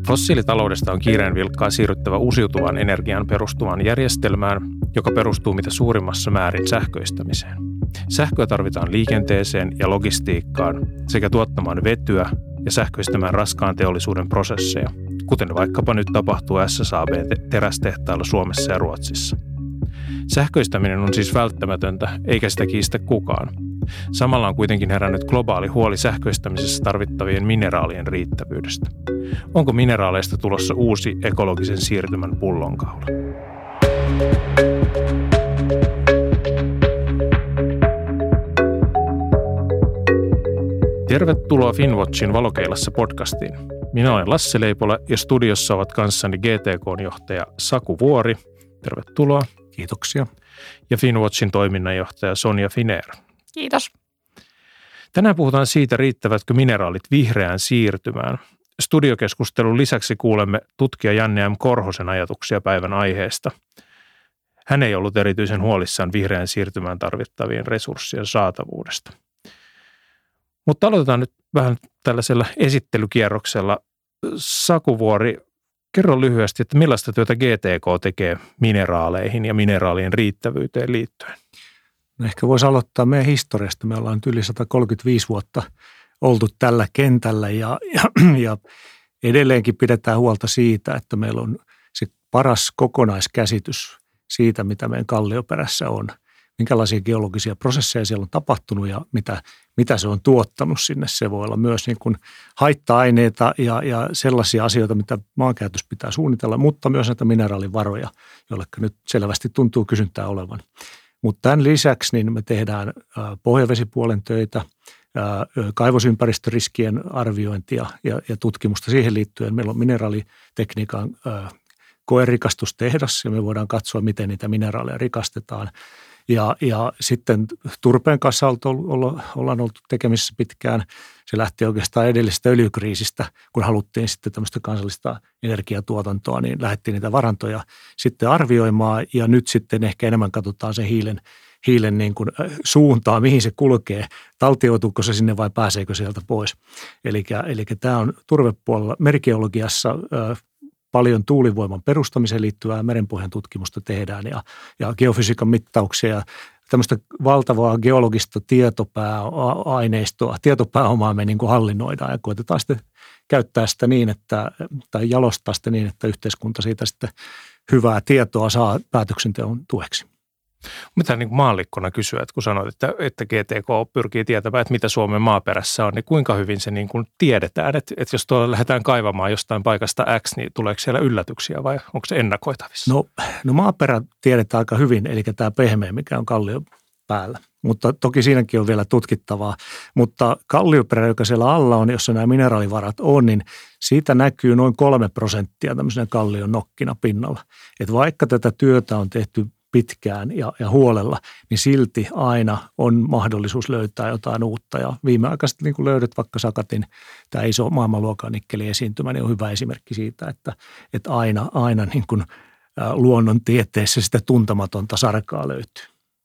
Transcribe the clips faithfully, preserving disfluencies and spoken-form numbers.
Fossiilitaloudesta on kiireen vilkkaa siirryttävä uusiutuvaan energiaan perustuvaan järjestelmään, joka perustuu mitä suurimmassa määrin sähköistämiseen. Sähköä tarvitaan liikenteeseen ja logistiikkaan sekä tuottamaan vetyä ja sähköistämään raskaan teollisuuden prosesseja, kuten vaikkapa nyt tapahtuu S S A B-terästehtailla Suomessa ja Ruotsissa. Sähköistäminen on siis välttämätöntä, eikä sitä kiistä kukaan. Samalla on kuitenkin herännyt globaali huoli sähköistämisessä tarvittavien mineraalien riittävyydestä. Onko mineraaleista tulossa uusi ekologisen siirtymän pullonkaula? Tervetuloa Finnwatchin Valokeilassa podcastiin. Minä olen Lasse Leipola ja studiossa ovat kanssani G T K:n johtaja Saku Vuori. Tervetuloa. Kiitoksia. Ja Finnwatchin toiminnanjohtaja Sonja Finér. Kiitos. Tänään puhutaan siitä, riittävätkö mineraalit vihreään siirtymään. Studiokeskustelun lisäksi kuulemme tutkija Janne M. Korhosen ajatuksia päivän aiheesta. Hän ei ollut erityisen huolissaan vihreään siirtymään tarvittavien resurssien saatavuudesta. Mutta aloitetaan nyt vähän tällaisella esittelykierroksella. Saku Vuori, kerro lyhyesti, että millaista työtä G T K tekee mineraaleihin ja mineraalien riittävyyteen liittyen? No ehkä voisi aloittaa meidän historiasta. Me ollaan nyt yli sata kolmekymmentäviisi vuotta oltu tällä kentällä ja, ja, ja edelleenkin pidetään huolta siitä, että meillä on se paras kokonaiskäsitys siitä, mitä meidän kallioperässä on. Minkälaisia geologisia prosesseja siellä on tapahtunut ja mitä, mitä se on tuottanut sinne. Se voi olla myös niin kuin haitta-aineita ja, ja sellaisia asioita, mitä maankäytössä pitää suunnitella, mutta myös näitä mineraalivaroja, joille nyt selvästi tuntuu kysyntää olevan. Mutta tämän lisäksi niin me tehdään pohjavesipuolen töitä, kaivosympäristöriskien arviointia ja, ja tutkimusta siihen liittyen. Meillä on mineraalitekniikan koerikastustehdas ja me voidaan katsoa, miten niitä mineraaleja rikastetaan. Ja, ja sitten turpeen kanssa ollaan oltu tekemisissä pitkään. Se lähti oikeastaan edellisestä öljykriisistä, kun haluttiin sitten tämmöistä kansallista energiatuotantoa, niin lähdettiin niitä varantoja sitten arvioimaan. Ja nyt sitten ehkä enemmän katsotaan se hiilen, hiilen niin kuin suuntaa, mihin se kulkee. Taltioituuko se sinne vai pääseekö sieltä pois. Eli, eli tämä on turvepuolella merigeologiassa paljon tuulivoiman perustamiseen liittyvää merenpohjan tutkimusta tehdään ja, ja geofysiikan mittauksia ja tämmöistä valtavaa geologista tietopääaineistoa, tietopääomaa me niin kuin hallinnoidaan ja koetetaan sitten käyttää sitä niin, että, tai jalostaa sitä niin, että yhteiskunta siitä sitten hyvää tietoa saa päätöksenteon tueksi. Mitä niin kuin maallikkona kysyä, että kun sanoit, että, että G T K pyrkii tietämään, että mitä Suomen maaperässä on, niin kuinka hyvin se niin kuin tiedetään, että, että jos tuolla lähdetään kaivamaan jostain paikasta X, niin tuleeko siellä yllätyksiä vai onko se ennakoitavissa? No, no maaperä tiedetään aika hyvin, eli tämä pehmeä, mikä on kallio päällä, mutta toki siinäkin on vielä tutkittavaa, mutta kallioperä, joka siellä alla on, jossa nämä mineraalivarat on, niin siitä näkyy noin kolme prosenttia tämmöisenä kallion nokkina pinnalla, että vaikka tätä työtä on tehty pitkään ja, ja huolella, niin silti aina on mahdollisuus löytää jotain uutta. Ja viimeaikaiset niin kuin löydät vaikka Sakatin, tämä iso maailmanluokan nikkeliesiintymä, niin on hyvä esimerkki siitä, että, että aina, aina niin kuin luonnontieteessä sitä tuntematonta sarkaa löytyy.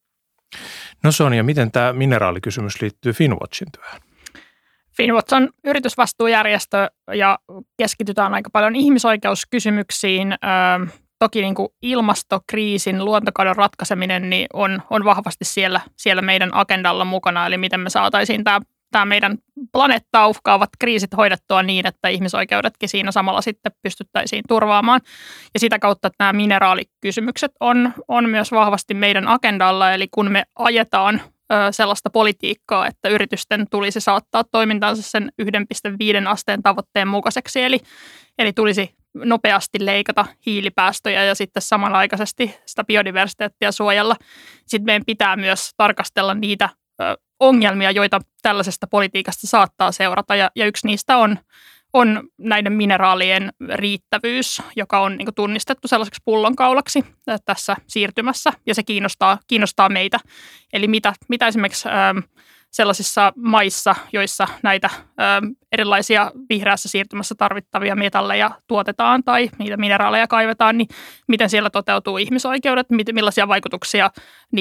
No Sonja, miten tämä mineraalikysymys liittyy Finnwatchin työhön? Finnwatch on yritysvastuujärjestö ja keskitytään aika paljon ihmisoikeuskysymyksiin. Toki niin kuin ilmastokriisin, luontokadon ratkaiseminen niin on, on vahvasti siellä, siellä meidän agendalla mukana, eli miten me saataisiin tämä, tämä meidän planeettaa uhkaavat kriisit hoidettua niin, että ihmisoikeudetkin siinä samalla sitten pystyttäisiin turvaamaan. Ja sitä kautta että nämä mineraalikysymykset on, on myös vahvasti meidän agendalla, eli kun me ajetaan ö, sellaista politiikkaa, että yritysten tulisi saattaa toimintansa sen yksi pilkku viisi asteen tavoitteen mukaiseksi, eli, eli tulisi nopeasti leikata hiilipäästöjä ja sitten samanaikaisesti sitä biodiversiteettiä suojella. Sitten meidän pitää myös tarkastella niitä ö, ongelmia, joita tällaisesta politiikasta saattaa seurata. Ja, ja yksi niistä on, on näiden mineraalien riittävyys, joka on niin kuin tunnistettu sellaiseksi pullonkaulaksi tässä siirtymässä. Ja se kiinnostaa, kiinnostaa meitä. Eli mitä, mitä esimerkiksi ö, sellaisissa maissa, joissa näitä ö, erilaisia vihreässä siirtymässä tarvittavia metalleja tuotetaan tai niitä mineraaleja kaivetaan, niin miten siellä toteutuu ihmisoikeudet, mit, millaisia vaikutuksia niillä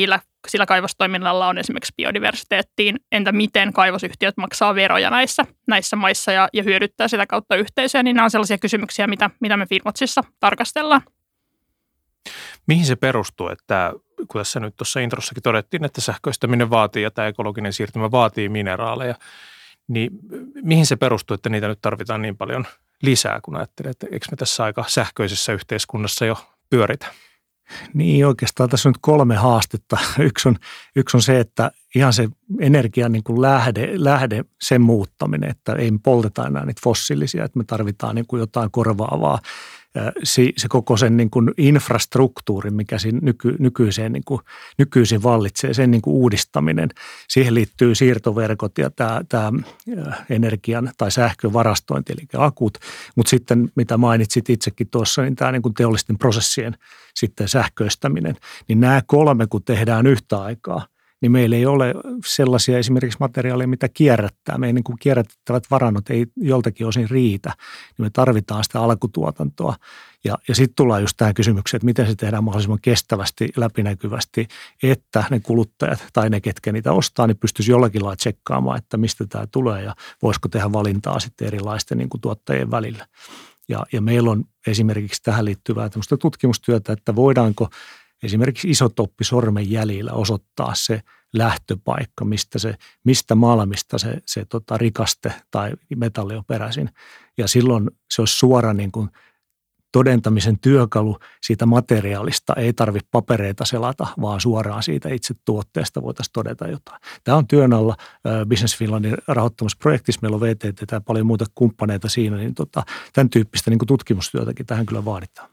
sillä kaivostoiminnalla on esimerkiksi biodiversiteettiin. Entä miten kaivosyhtiöt maksaa veroja näissä, näissä maissa ja, ja hyödyttää sitä kautta yhteisöä, niin nämä on sellaisia kysymyksiä, mitä, mitä me Finnwatchissa tarkastellaan. Mihin se perustuu, että kun tässä nyt tuossa introssakin todettiin, että sähköistäminen vaatii ja tämä ekologinen siirtymä vaatii mineraaleja, niin mihin se perustuu, että niitä nyt tarvitaan niin paljon lisää, kun ajattelee, että eikö me tässä aika sähköisessä yhteiskunnassa jo pyöritä? Niin, oikeastaan tässä on nyt kolme haastetta. Yksi on, yksi on se, että ihan se energian niin kuin lähde, lähde, sen muuttaminen, että ei me polteta enää niitä fossiilisia, että me tarvitaan niin kuin jotain korvaavaa. Se, se koko sen niin kuin infrastruktuurin, mikä siinä nyky, nykyiseen, niin kuin, nykyisin vallitsee, sen niin kuin uudistaminen. Siihen liittyy siirtoverkot ja tämä, tämä energian tai sähkön varastointi, eli akut. Mutta sitten, mitä mainitsit itsekin tuossa, niin tämä niin kuin teollisten prosessien sitten sähköistäminen. Niin nämä kolme, kun tehdään yhtä aikaa, niin meillä ei ole sellaisia esimerkiksi materiaaleja, mitä kierrättää. Meidän niin kuin kierrätettävät varannot ei joltakin osin riitä, niin me tarvitaan sitä alkutuotantoa. Ja, ja sitten tullaan just tähän kysymykseen, että miten se tehdään mahdollisimman kestävästi, läpinäkyvästi, että ne kuluttajat tai ne, ketkä niitä ostaa, niin pystyisi jollakin lailla tsekkaamaan, että mistä tämä tulee ja voisiko tehdä valintaa sitten erilaisten niin kuin tuottajien välillä. Ja, ja meillä on esimerkiksi tähän liittyvää tämmöistä tutkimustyötä, että voidaanko esimerkiksi isotoppisormenjäljillä osoittaa se lähtöpaikka, mistä, se, mistä malmista se, se tota rikaste tai metalli on peräisin. Ja silloin se olisi suora niin kuin todentamisen työkalu siitä materiaalista. Ei tarvitse papereita selata, vaan suoraan siitä itse tuotteesta voitaisiin todeta jotain. Tämä on työn alla Business Finlandin rahoittamassa projektissa. Meillä on V T T ja paljon muuta kumppaneita siinä, niin tota, tämän tyyppistä niin kuin tutkimustyötäkin tähän kyllä vaaditaan.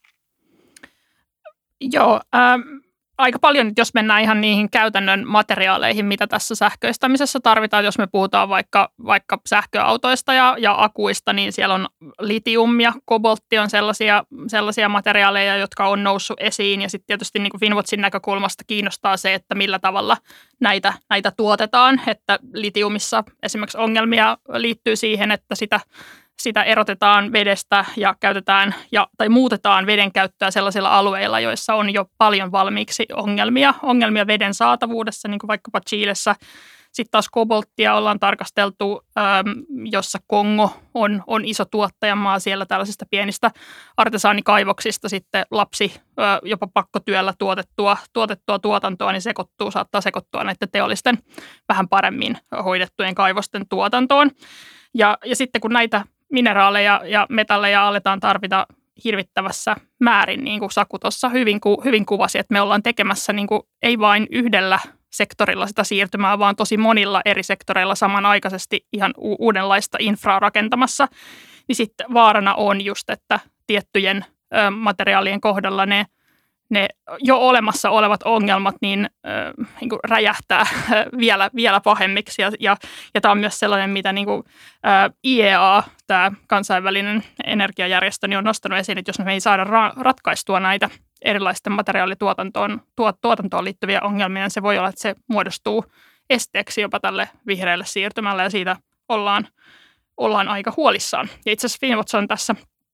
Joo, ähm, aika paljon, jos mennään ihan niihin käytännön materiaaleihin, mitä tässä sähköistämisessä tarvitaan. Jos me puhutaan vaikka, vaikka sähköautoista ja, ja akuista, niin siellä on litium ja koboltti on sellaisia, sellaisia materiaaleja, jotka on noussut esiin. Ja sitten tietysti niin kuin Finnwatchin näkökulmasta kiinnostaa se, että millä tavalla näitä, näitä tuotetaan. Että litiumissa esimerkiksi ongelmia liittyy siihen, että sitä Sitä erotetaan vedestä ja käytetään ja, tai muutetaan veden käyttöä sellaisilla alueilla, joissa on jo paljon valmiiksi ongelmia, ongelmia veden saatavuudessa, niin kuin vaikkapa Chilessä. Sitten taas kobolttia ollaan tarkasteltu, jossa Kongo on, on iso tuottajamaa siellä tällaisista pienistä artesaanikaivoksista. Sitten lapsi jopa pakkotyöllä tuotettua, tuotettua tuotantoa, niin sekoittuu, saattaa sekoittua näiden teollisten vähän paremmin hoidettujen kaivosten tuotantoon. Ja, ja sitten kun näitä mineraaleja ja metalleja aletaan tarvita hirvittävässä määrin, niin kuin Saku tuossa hyvin, ku, hyvin kuvasi, että me ollaan tekemässä niin kuin, ei vain yhdellä sektorilla sitä siirtymää, vaan tosi monilla eri sektoreilla samanaikaisesti ihan u- uudenlaista infraa rakentamassa, niin sitten vaarana on just, että tiettyjen ö, materiaalien kohdalla ne ne jo olemassa olevat ongelmat niin, äh, niin kuin räjähtää äh, vielä, vielä pahemmiksi. Ja, ja, ja tämä on myös sellainen, mitä niin kuin, äh, I E A, tämä kansainvälinen energiajärjestö, niin on nostanut esiin, että jos me ei saada ra- ratkaistua näitä erilaisten materiaalituotantoon tuot, tuotantoon liittyviä ongelmia, niin se voi olla, että se muodostuu esteeksi jopa tälle vihreälle siirtymälle, ja siitä ollaan, ollaan aika huolissaan. Ja itse asiassa Finnwatch on tässä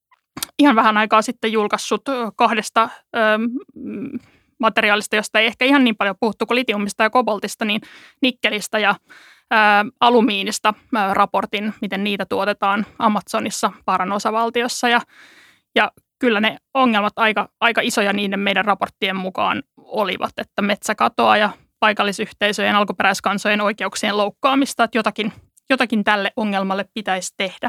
ihan vähän aikaa sitten julkaissut kahdesta ö, materiaalista, josta ei ehkä ihan niin paljon puhuttu kuin litiumista ja koboltista, niin nikkelistä ja ö, alumiinista ö, raportin, miten niitä tuotetaan Amazonissa, Paran osavaltiossa. Ja, ja kyllä ne ongelmat aika, aika isoja niiden meidän raporttien mukaan olivat, että metsäkatoa ja paikallisyhteisöjen, alkuperäiskansojen oikeuksien loukkaamista, että jotakin, jotakin tälle ongelmalle pitäisi tehdä.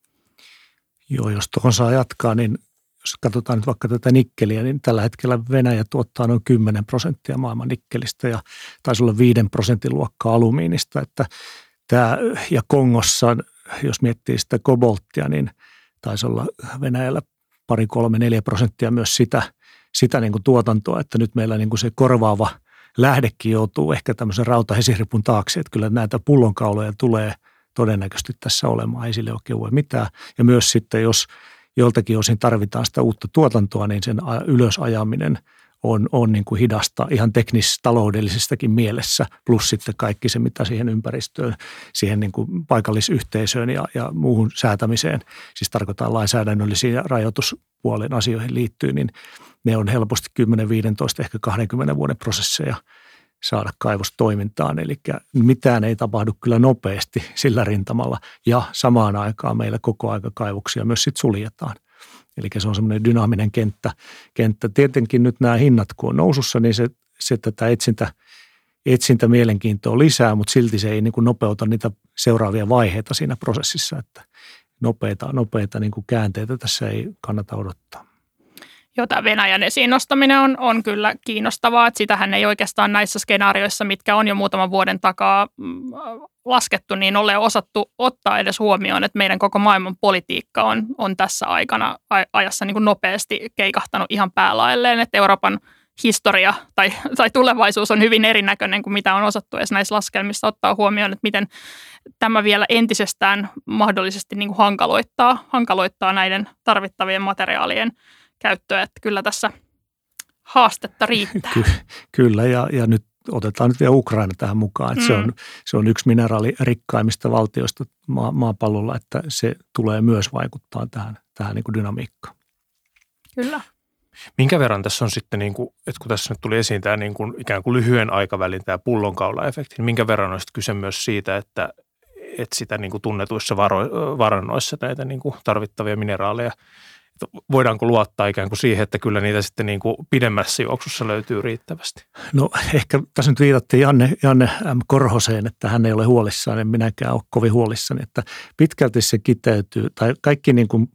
Joo, jos tuohon saa jatkaa, niin jos katsotaan nyt vaikka tätä nikkeliä, niin tällä hetkellä Venäjä tuottaa noin kymmenen prosenttia maailman nikkelistä ja taisi olla viiden prosentin luokkaa alumiinista. Että tämä, ja Kongossa, jos miettii sitä kobolttia, niin taisi olla Venäjällä pari, kolme, neljä prosenttia myös sitä, sitä niin kuin tuotantoa, että nyt meillä niin kuin se korvaava lähdekin joutuu ehkä tämmöisen rautahesiripun taakse, että kyllä näitä pullonkauloja tulee todennäköisesti tässä olemaan, ei sille oikein voi mitään. Ja myös sitten, jos joltakin osin tarvitaan sitä uutta tuotantoa, niin sen ylösajaminen on, on niin kuin hidasta ihan teknis-taloudellisestakin mielessä, plus sitten kaikki se, mitä siihen ympäristöön, siihen niin kuin paikallisyhteisöön ja, ja muuhun säätämiseen, siis tarkoittaa lainsäädännöllisiin rajoituspuolen asioihin liittyy, niin ne on helposti kymmenen, viisitoista, ehkä kaksikymmentä vuoden prosesseja. saada kaivos toimintaan. Eli mitään ei tapahdu kyllä nopeasti sillä rintamalla ja samaan aikaan meillä koko aika kaivoksia myös sit suljetaan. Eli se on semmoinen dynaaminen kenttä. kenttä. Tietenkin nyt nämä hinnat kun on nousussa, niin se, se tätä etsintä, etsintä mielenkiintoa lisää, mutta silti se ei niin kuin nopeuta niitä seuraavia vaiheita siinä prosessissa, että nopeita, nopeita niin kuin käänteitä tässä ei kannata odottaa. Joo, tämä Venäjän esiin nostaminen on, on kyllä kiinnostavaa, että sitähän ei oikeastaan näissä skenaarioissa, mitkä on jo muutaman vuoden takaa laskettu, niin ole osattu ottaa edes huomioon, että meidän koko maailman politiikka on, on tässä aikana ajassa niin kuin nopeasti keikahtanut ihan päälaelleen, että Euroopan historia tai, tai tulevaisuus on hyvin erinäköinen kuin mitä on osattu edes näissä laskelmissa ottaa huomioon, että miten tämä vielä entisestään mahdollisesti niin kuin hankaloittaa, hankaloittaa näiden tarvittavien materiaalien käyttöä, että kyllä tässä haastetta riittää. Ky- kyllä, ja, ja nyt otetaan nyt vielä Ukraina tähän mukaan, että mm. se, on, se on yksi mineraalirikkaimmista valtioista maa, maapallolla, että se tulee myös vaikuttaa tähän, tähän niin kuin dynamiikkaan. Kyllä. Minkä verran tässä on sitten, niin kuin, että kun tässä nyt tuli esiin tämä niin kuin ikään kuin lyhyen aikavälin tämä pullonkaula-efekti, niin minkä verran on sitten kyse myös siitä, että, että sitä niin kuin tunnetuissa varo, varannoissa näitä niin kuin tarvittavia mineraaleja, voidaanko luottaa ikään kuin siihen, että kyllä niitä sitten niin kuin pidemmässä juoksussa löytyy riittävästi? No ehkä tässä nyt viitattiin Janne, Janne M. Korhoseen, että hän ei ole huolissaan, en minäkään ole kovin huolissani, että pitkälti se kiteytyy tai kaikki niin kuin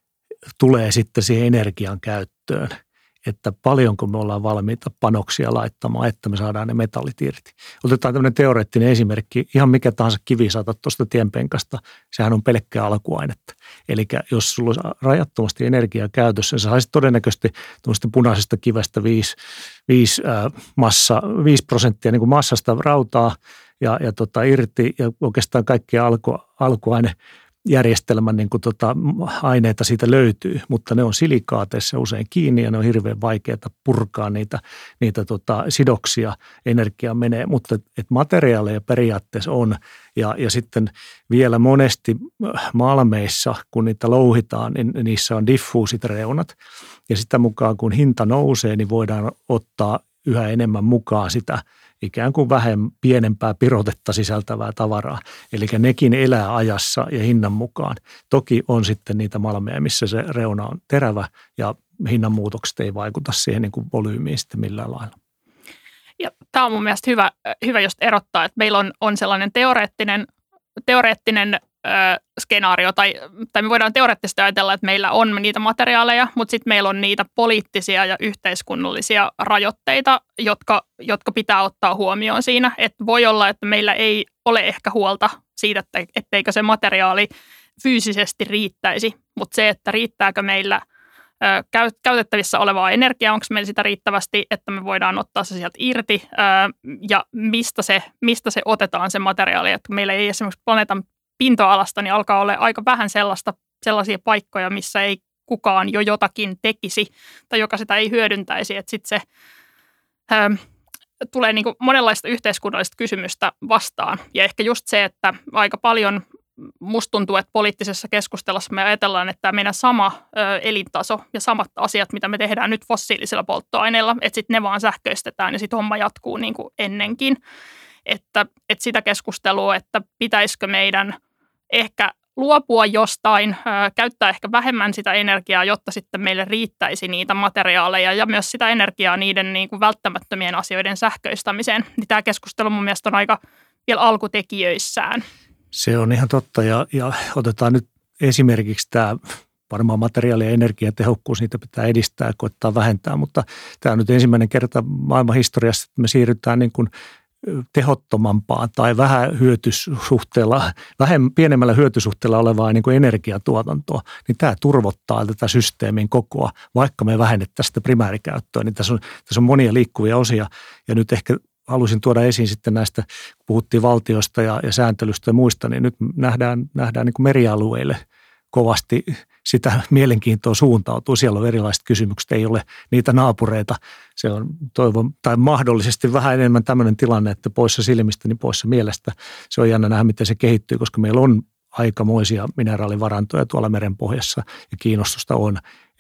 tulee sitten siihen energian käyttöön, että paljonko me ollaan valmiita panoksia laittamaan, että me saadaan ne metallit irti. Otetaan tämmöinen teoreettinen esimerkki, ihan mikä tahansa kivi saatat tuosta tienpenkasta, sehän on pelkkää alkuainetta. Eli jos sulla olisi rajattomasti energiaa käytössä, sä saisit todennäköisesti tuosta punaisesta kivestä viisi, viisi, äh, massa, viisi prosenttia niin kuin massasta rautaa ja, ja tota, irti ja oikeastaan kaikkia alku, alkuaine järjestelmän niin kuin tota, aineita siitä löytyy, mutta ne on silikaateissa usein kiinni ja ne on hirveän vaikeaa purkaa niitä, niitä tota, sidoksia, energia menee, mutta et, et materiaaleja periaatteessa on ja, ja sitten vielä monesti malmeissa, kun niitä louhitaan, niin niissä on diffuusit reunat ja sitä mukaan kun hinta nousee, niin voidaan ottaa yhä enemmän mukaan sitä ikään kuin vähemmän pienempää pirotetta sisältävää tavaraa. Eli nekin elää ajassa ja hinnan mukaan. Toki on sitten niitä malmeja, missä se reuna on terävä ja hinnanmuutokset ei vaikuta siihen niin kuin volyymiin sitten millään lailla. Ja tämä on mun mielestä hyvä, hyvä just erottaa, että meillä on, on sellainen teoreettinen, teoreettinen ö, skenaario, tai, tai me voidaan teoreettisesti ajatella, että meillä on niitä materiaaleja, mutta sitten meillä on niitä poliittisia ja yhteiskunnallisia rajoitteita, jotka, jotka pitää ottaa huomioon siinä. Että voi olla, että meillä ei ole ehkä huolta siitä, että etteikö se materiaali fyysisesti riittäisi, mutta se, että riittääkö meillä ö, käytettävissä olevaa energiaa, onko meillä sitä riittävästi, että me voidaan ottaa se sieltä irti ö, ja mistä se, mistä se otetaan se materiaali. Että meillä ei esimerkiksi planeetan pinta-alasta, niin alkaa olla aika vähän sellaista, sellaisia paikkoja, missä ei kukaan jo jotakin tekisi tai joka sitä ei hyödyntäisi. Että sitten se ö, tulee niin kuin monenlaista yhteiskunnallista kysymystä vastaan. Ja ehkä just se, että aika paljon musta tuntuu, että poliittisessa keskustelussa me ajatellaan, että tämä meidän sama ö, elintaso ja samat asiat, mitä me tehdään nyt fossiilisilla polttoaineilla, että sitten ne vaan sähköistetään ja sitten homma jatkuu niin kuin ennenkin. Että, että sitä keskustelua, että pitäisikö meidän ehkä luopua jostain, ö, käyttää ehkä vähemmän sitä energiaa, jotta sitten meille riittäisi niitä materiaaleja ja myös sitä energiaa niiden niin kuin välttämättömien asioiden sähköistämiseen. Niin tämä keskustelu mun mielestä on aika vielä alkutekijöissään. Se on ihan totta ja, ja otetaan nyt esimerkiksi tämä varmaan materiaali- ja energiatehokkuus, niitä pitää edistää ja koettaa vähentää, mutta tämä on nyt ensimmäinen kerta maailman historiassa, että me siirrytään niin kuin tehottomampaan tai vähän hyötysuhteella, vähän pienemmällä hyötysuhteella olevaa niin kuin energiatuotantoa, niin tämä turvottaa tätä systeemin kokoa, vaikka me vähennettäisiin sitä primäärikäyttöä, niin tässä on, tässä on monia liikkuvia osia ja nyt ehkä halusin tuoda esiin sitten näistä, kun puhuttiin valtioista ja, ja sääntelystä ja muista, niin nyt nähdään, nähdään niin kuin merialueille kovasti sitä mielenkiintoa suuntautuu. Siellä on erilaiset kysymykset, ei ole niitä naapureita. Se on toivon, tai mahdollisesti vähän enemmän tämmöinen tilanne, että poissa silmistä, niin poissa mielestä. Se on jännä nähdä, miten se kehittyy, koska meillä on aikamoisia mineraalivarantoja tuolla merenpohjassa ja kiinnostusta on.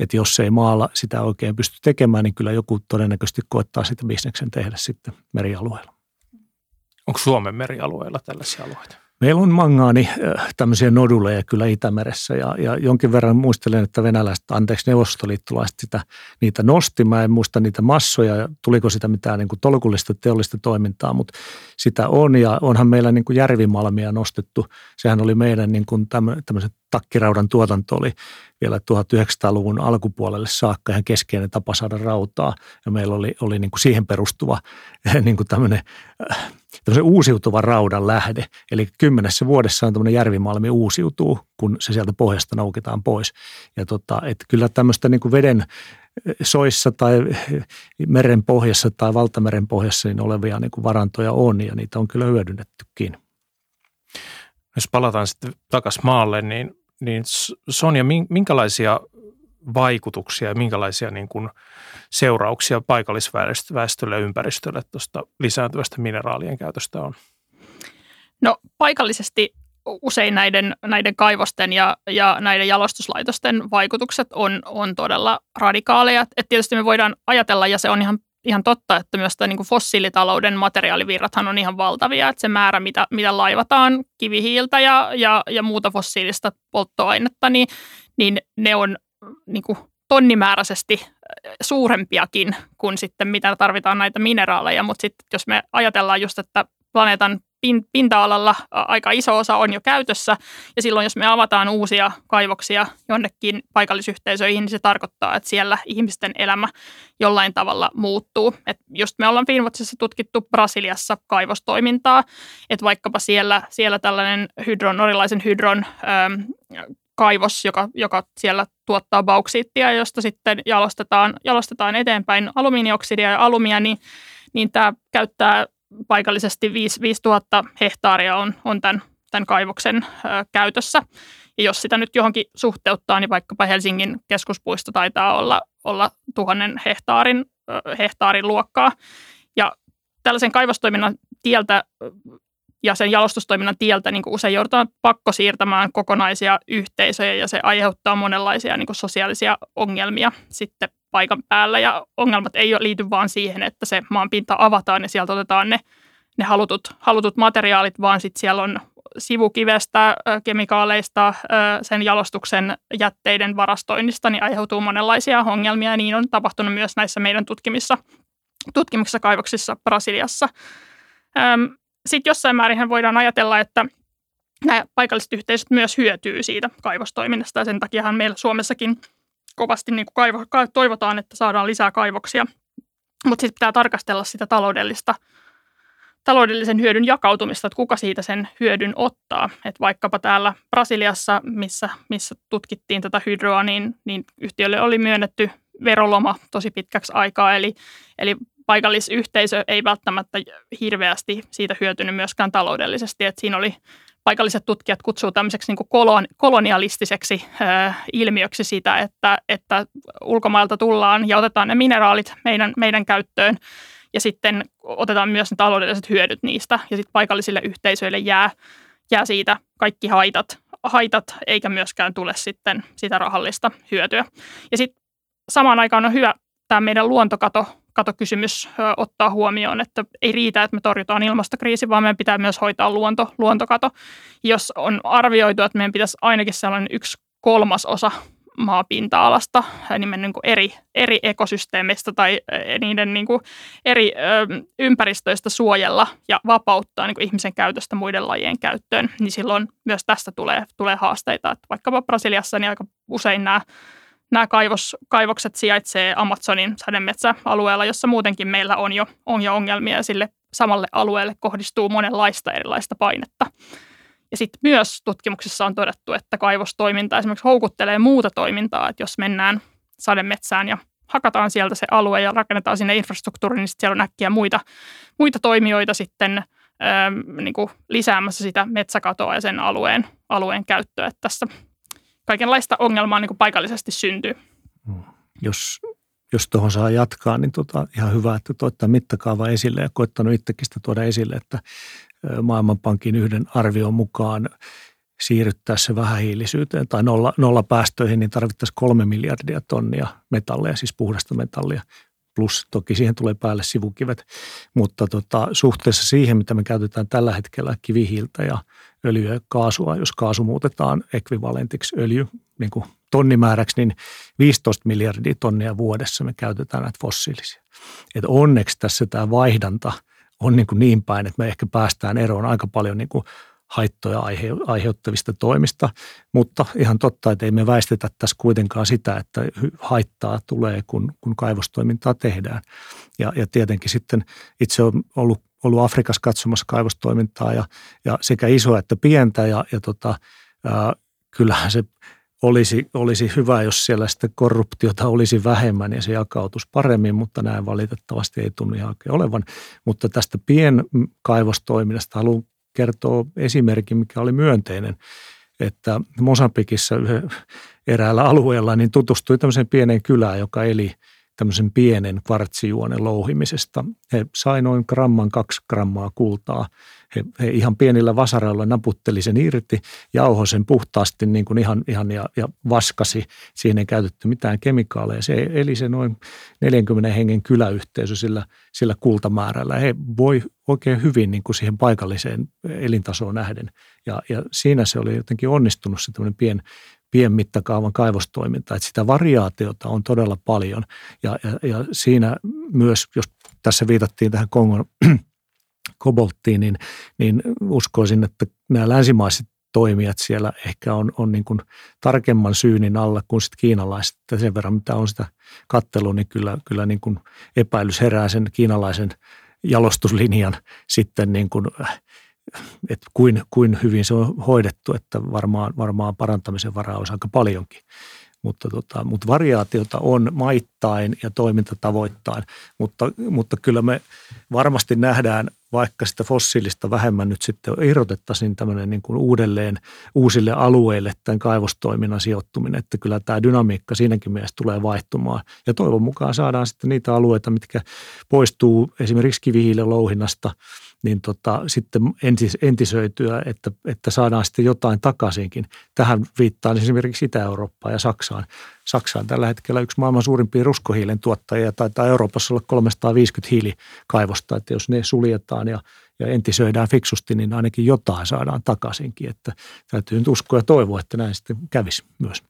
että jos ei maalla sitä oikein pysty tekemään, niin kyllä joku todennäköisesti koettaa sitä bisneksen tehdä sitten merialueella. Onko Suomen merialueilla tällaisia alueita? Meillä on mangaani tämmöisiä noduleja kyllä Itämeressä ja, ja jonkin verran muistelen, että venäläiset, anteeksi neuvostoliittolaiset sitä, niitä nosti. Mä en muista niitä massoja ja tuliko sitä mitään niin kuin tolkullista teollista toimintaa, mutta sitä on ja onhan meillä niin kuin järvimalmia nostettu. Sehän oli meidän niin kuin tämmöisen takkiraudan tuotanto oli vielä tuhatyhdeksänsataaluvun alkupuolelle saakka ihan keskeinen tapa saada rautaa ja meillä oli, oli niin kuin siihen perustuva niin kuin tämmöinen tämmöisen uusiutuva raudan lähde. Eli kymmenessä vuodessa on tämmöinen järvimalmi uusiutuu, kun se sieltä pohjasta noukitaan pois. Ja tota, että kyllä tämmöistä niin kuin veden soissa tai meren pohjassa tai valtameren pohjassa niin olevia niin kuin varantoja on ja niitä on kyllä hyödynnettykin. Jos palataan sitten takaisin maalle, niin, niin Sonja, minkälaisia vaikutuksia ja minkälaisia niin kuin seurauksia paikallisväestölle ja ympäristölle tuosta lisääntyvästä mineraalien käytöstä on? No paikallisesti usein näiden, näiden kaivosten ja, ja näiden jalostuslaitosten vaikutukset on, on todella radikaaleja. Et tietysti me voidaan ajatella, ja se on ihan, ihan totta, että myös tämä niin kuin fossiilitalouden materiaalivirrathan on ihan valtavia. Että se määrä, mitä, mitä laivataan kivihiiltä ja, ja, ja muuta fossiilista polttoainetta, niin, niin ne on niin kuin tonnimääräisesti suurempiakin kuin sitten mitä tarvitaan näitä mineraaleja, mutta sitten jos me ajatellaan just, että planeetan pinta-alalla aika iso osa on jo käytössä ja silloin jos me avataan uusia kaivoksia jonnekin paikallisyhteisöihin, niin se tarkoittaa, että siellä ihmisten elämä jollain tavalla muuttuu. Et just me ollaan Finnwatchissa tutkittu Brasiliassa kaivostoimintaa, että vaikkapa siellä, siellä tällainen hydron, norjalaisen hydron ähm, kaivos, joka, joka siellä tuottaa bauksiittia, josta sitten jalostetaan, jalostetaan eteenpäin alumiinioksidia ja alumia, niin, niin tämä käyttää paikallisesti viisituhatta hehtaaria on, on tämän, tämän kaivoksen ö, käytössä. Ja jos sitä nyt johonkin suhteuttaa, niin vaikkapa Helsingin keskuspuisto taitaa olla, olla tuhannen hehtaarin, ö, hehtaarin luokkaa. Ja tällaisen kaivostoiminnan tieltä ja sen jalostustoiminnan tieltä niin kuin usein joudutaan pakko siirtämään kokonaisia yhteisöjä ja se aiheuttaa monenlaisia niin kuin sosiaalisia ongelmia sitten paikan päällä ja ongelmat ei liity vaan siihen, että se maanpinta avataan ja sieltä otetaan ne, ne halutut, halutut materiaalit, vaan sitten siellä on sivukivestä, kemikaaleista, sen jalostuksen jätteiden varastoinnista, niin aiheutuu monenlaisia ongelmia ja niin on tapahtunut myös näissä meidän tutkimissa, tutkimuksissa kaivoksissa Brasiliassa. Sitten jossain määrin voidaan ajatella, että nämä paikalliset yhteisöt myös hyötyy siitä kaivostoiminnasta ja sen takiahan meillä Suomessakin kovasti niin kuin kaivo, toivotaan, että saadaan lisää kaivoksia, mutta sitten pitää tarkastella sitä taloudellista, taloudellisen hyödyn jakautumista, että kuka siitä sen hyödyn ottaa. Et vaikkapa täällä Brasiliassa, missä, missä tutkittiin tätä hydroa, niin, niin yhtiölle oli myönnetty veroloma tosi pitkäksi aikaa, eli, eli paikallisyhteisö ei välttämättä hirveästi siitä hyötynyt myöskään taloudellisesti, että siinä oli paikalliset tutkijat kutsuu tämmöiseksi niin kuin kolonialistiseksi ö, ilmiöksi sitä, että, että ulkomailta tullaan ja otetaan ne mineraalit meidän, meidän käyttöön ja sitten otetaan myös ne taloudelliset hyödyt niistä ja sitten paikallisille yhteisöille jää, jää siitä kaikki haitat, haitat eikä myöskään tule sitten sitä rahallista hyötyä. Ja sitten samaan aikaan on hyvä tämä meidän luontokato katokysymys ottaa huomioon, että ei riitä, että me torjutaan ilmastokriisi, vaan meidän pitää myös hoitaa luonto, luontokato. Jos on arvioitu, että meidän pitäisi ainakin sellainen yksi kolmasosa maapinta-alasta niin niin kuin eri, eri ekosysteemeistä tai niiden niin kuin eri ö, ympäristöistä suojella ja vapauttaa niin kuin ihmisen käytöstä muiden lajien käyttöön, niin silloin myös tästä tulee, tulee haasteita. Että vaikkapa Brasiliassa niin aika usein nämä Nämä kaivos, kaivokset sijaitsee Amazonin sademetsäalueella, jossa muutenkin meillä on jo, on jo ongelmia ja sille samalle alueelle kohdistuu monenlaista erilaista painetta. Ja sitten myös tutkimuksissa on todettu, että kaivostoiminta esimerkiksi houkuttelee muuta toimintaa, että jos mennään sademetsään ja hakataan sieltä se alue ja rakennetaan sinne infrastruktuuri, niin sitten siellä on äkkiä muita, muita toimijoita sitten ähm, niin kuin lisäämässä sitä metsäkatoa ja sen alueen, alueen käyttöä. Että tässä kaikenlaista ongelmaa niin kuin paikallisesti syntyy. Jos, jos tuohon saa jatkaa, niin tota, ihan hyvä, että toittaa mittakaava esille ja koettanut itsekin sitä tuoda esille, että Maailmanpankin yhden arvion mukaan siirryttäessä vähähiilisyyteen tai nolla, nolla päästöihin, niin tarvittaisiin kolme miljardia tonnia metalleja, siis puhdasta metallia. Plus toki siihen tulee päälle sivukivet, mutta tota, suhteessa siihen, mitä me käytetään tällä hetkellä kivihiiltä ja öljyä ja kaasua, jos kaasu muutetaan ekvivalentiksi öljy niin kuin tonnimääräksi, niin viisitoista miljardia tonnia vuodessa me käytetään näitä fossiilisia. Et onneksi tässä tämä vaihdanta on niin, kuin niin päin, että me ehkä päästään eroon aika paljon niin kuin haittoja aiheuttavista toimista, mutta ihan totta, että ei me väistetä tässä kuitenkaan sitä, että haittaa tulee, kun, kun kaivostoimintaa tehdään. Ja, ja tietenkin sitten itse olen ollut, ollut Afrikassa katsomassa kaivostoimintaa ja, ja sekä isoa että pientä ja, ja tota, ää, kyllähän se olisi, olisi hyvä, jos siellä sitä korruptiota olisi vähemmän ja se jakautus paremmin, mutta näin valitettavasti ei tunnu ihan oikein olevan. Mutta tästä pienkaivostoiminnasta haluan kertoo esimerkin, mikä oli myönteinen, että Mosambikissa eräällä alueella niin tutustui tämmöiseen pieneen kylään, joka eli tämmöisen pienen kvartsijuonen louhimisesta. He sai noin gramman, kaksi grammaa kultaa. He, he ihan pienillä vasaroilla naputteli sen irti, jauhoi sen puhtaasti niin kuin ihan, ihan ja, ja vaskasi. Siihen ei käytetty mitään kemikaaleja. Se eli se noin neljänkymmenen hengen kyläyhteisö sillä, sillä kultamäärällä. He voi oikein hyvin niin kuin siihen paikalliseen elintasoon nähden. Ja, ja siinä se oli jotenkin onnistunut se tämmöinen pien, pienmittakaavan kaivostoiminta, että sitä variaatiota on todella paljon ja, ja, ja siinä myös, jos tässä viitattiin tähän Kongon kobolttiin, niin, niin uskoisin, että nämä länsimaiset toimijat siellä ehkä on, on niin kuin tarkemman syynin alla kuin sitten kiinalaiset. Sen verran, mitä on sitä kattelua, niin kyllä, kyllä niin kuin epäilys herää sen kiinalaisen jalostuslinjan sitten niin kuin että kuin, kuin hyvin se on hoidettu, että varmaan, varmaan parantamisen varaa olisi aika paljonkin. Mutta, tota, mutta variaatiota on maittain ja toimintatavoittain, mutta, mutta kyllä me varmasti nähdään, vaikka sitä fossiilista vähemmän nyt sitten irrotettaisiin tämmöinen niin kuin uudelleen uusille alueille tämän kaivostoiminnan sijoittuminen, että kyllä tämä dynamiikka siinäkin mielessä tulee vaihtumaan. Ja toivon mukaan saadaan sitten niitä alueita, mitkä poistuu esimerkiksi kivihiilen louhinnasta, niin tota, sitten entis, entisöityä, että, että saadaan sitten jotain takaisinkin. Tähän viittaan esimerkiksi Itä-Eurooppaan ja Saksaan. Saksa on tällä hetkellä yksi maailman suurimpia ruskohiilen tuottajia, taitaa Euroopassa olla kolmesataaviisikymmentä hiilikaivosta, että jos ne suljetaan ja, ja entisöidään fiksusti, niin ainakin jotain saadaan takaisinkin, että täytyy nyt uskoa ja toivoa, että näin sitten kävisi myös.